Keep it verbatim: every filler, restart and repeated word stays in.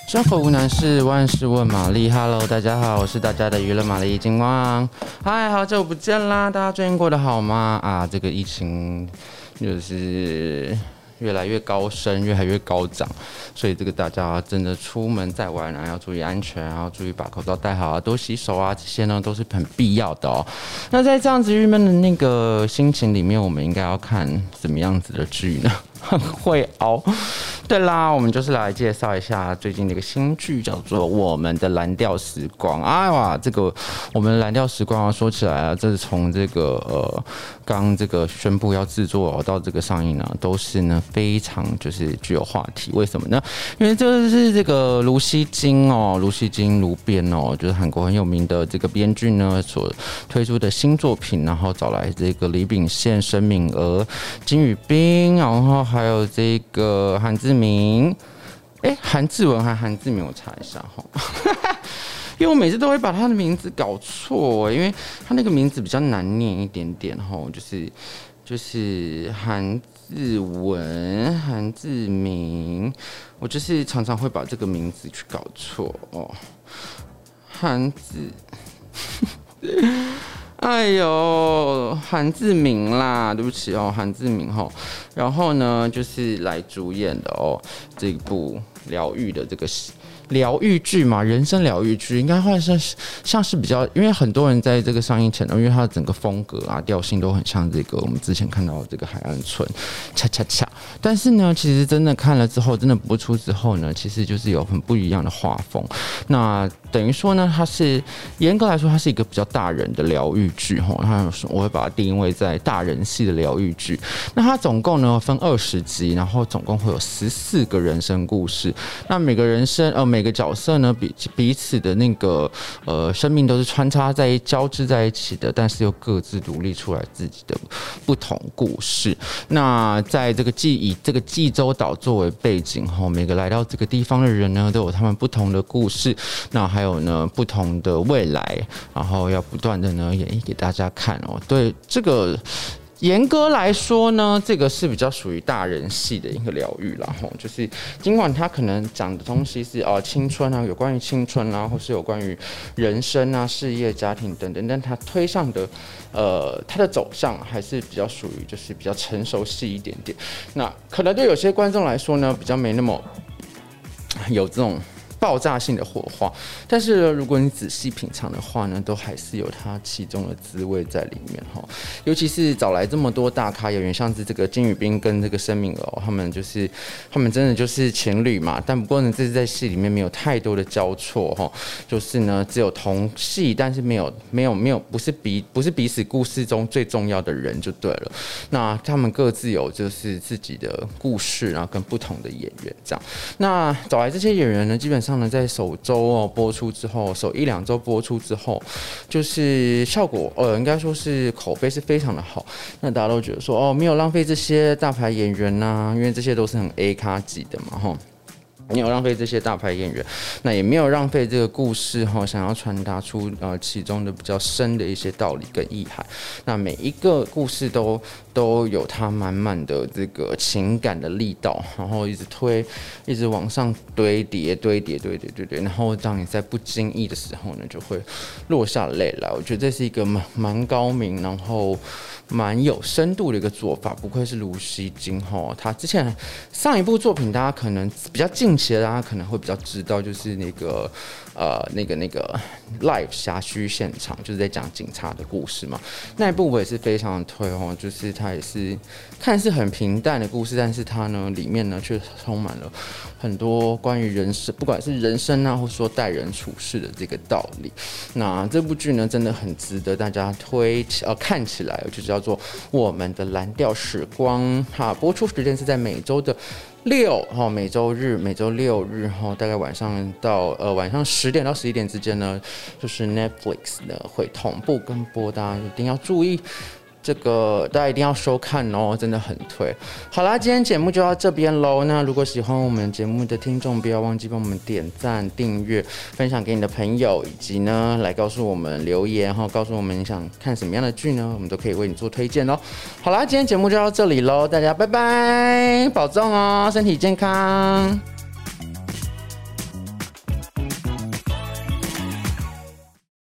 生活无难事，万事问玛丽。Hello， 大家好，我是大家的娱乐玛丽金旺。嗨，好久不见啦！大家最近过得好吗？啊，这个疫情就是越来越高升，越来越高涨，所以这个大家真的出门在外呢，要注意安全，然后注意把口罩戴好啊，多洗手啊，这些呢都是很必要的哦。那在这样子郁闷的那个心情里面，我们应该要看怎么样子的剧呢？很会熬。对啦，我们就是来介绍一下最近的一个新剧，叫做《我们的蓝调时光》。哎哇，这个我们的蓝调时光啊，说起来啊，这是从这个呃刚这个宣布要制作到这个上映呢，都是呢非常就是具有话题。为什么呢？因为这是这个卢锡金哦，卢锡金卢编哦，就是韩国很有名的这个编剧呢所推出的新作品，然后找来这个李秉宪、申敏儿、金宇彬，然后还有这个韩志明，哎，韩志文还韩志明，我查一下哈，因为我每次都会把他的名字搞错，因为他那个名字比较难念一点点哈，就是就是韩志文、韩志明，我就是常常会把这个名字去搞错哦，韩志。哎呦，韩志明啦，对不起哦，韩志明吼。然后呢，就是来主演的哦，这部疗愈的这个疗愈剧嘛，人生疗愈剧，应该算是像是比较，因为很多人在这个上映前，因为它的整个风格啊、调性都很像这个我们之前看到的这个海岸村，恰恰恰。但是呢，其实真的看了之后，真的播出之后呢，其实就是有很不一样的画风。那等于说呢，它是严格来说，它是一个比较大人的疗愈剧哈。它我会把它定位在大人系的疗愈剧。那它总共呢分二十集，然后总共会有十四个人生故事。那每个人生呃每个角色呢彼彼此的那个呃生命都是穿插在交织在一起的，但是又各自独立出来自己的不同故事。那在这个济以这个济州岛作为背景后，每个来到这个地方的人呢，都有他们不同的故事。那还有呢不同的未来，然后要不断的呢演绎给大家看哦。对这个。严格来说呢，这个是比较属于大人系的一个疗愈啦，吼，就是尽管它可能讲的东西是哦青春啊，有关于青春啊，或是有关于人生啊、事业、家庭等等，但它推上的呃它的走向还是比较属于就是比较成熟系一点点。那可能对有些观众来说呢，比较没那么有这种爆炸性的火花，但是呢，如果你仔细品尝的话呢，都还是有它其中的滋味在里面哈。尤其是找来这么多大咖演员，像是这个金宇彬跟这个申敏儿，他们就是他们真的就是情侣嘛。但不过呢，这次在戏里面没有太多的交错哈，就是呢只有同戏，但是没有没有没有不是彼不是彼此故事中最重要的人就对了。那他们各自有就是自己的故事，然后跟不同的演员这样。那找来这些演员呢，基本上。在首周哦播出之后，首一两周播出之后，就是效果呃，应该说是口碑是非常的好。那大家都觉得说哦，没有浪费这些大牌演员呐、啊，因为这些都是很 A 咖级的嘛，吼。没有浪费这些大牌演员，那也没有浪费这个故事哈，想要传达出呃其中的比较深的一些道理跟意涵。那每一个故事都都有它满满的这个情感的力道，然后一直推，一直往上堆叠、堆叠、堆叠、堆叠，然后当你在不经意的时候呢，就会落下泪来。我觉得这是一个蛮蛮高明，然后蛮有深度的一个做法。不愧是卢锡金哈，他之前上一部作品大家可能比较近。其实大家可能会比较知道，就是那个呃那个那个 live 辖区现场，就是在讲警察的故事嘛。那一部我也是非常的推哦，就是它也是看似很平淡的故事，但是它呢里面呢却充满了很多关于人生，不管是人生啊，或说待人处事的这个道理。那这部剧呢真的很值得大家推呃看起来，就叫做《我们的蓝调时光》哈，播出时间是在每周的。六哈，每周日、每周六日哈，大概晚上到呃晚上十点到十一点之间呢，就是 Netflix 呢会同步跟播，大家一定要注意。这个大家一定要收看哦，真的很推。好啦，今天节目就到这边喽。那如果喜欢我们节目的听众，不要忘记帮我们点赞、订阅、分享给你的朋友，以及呢来告诉我们留言哈，告诉我们你想看什么样的剧呢，我们都可以为你做推荐哦。好啦，今天节目就到这里喽，大家拜拜，保重哦，身体健康。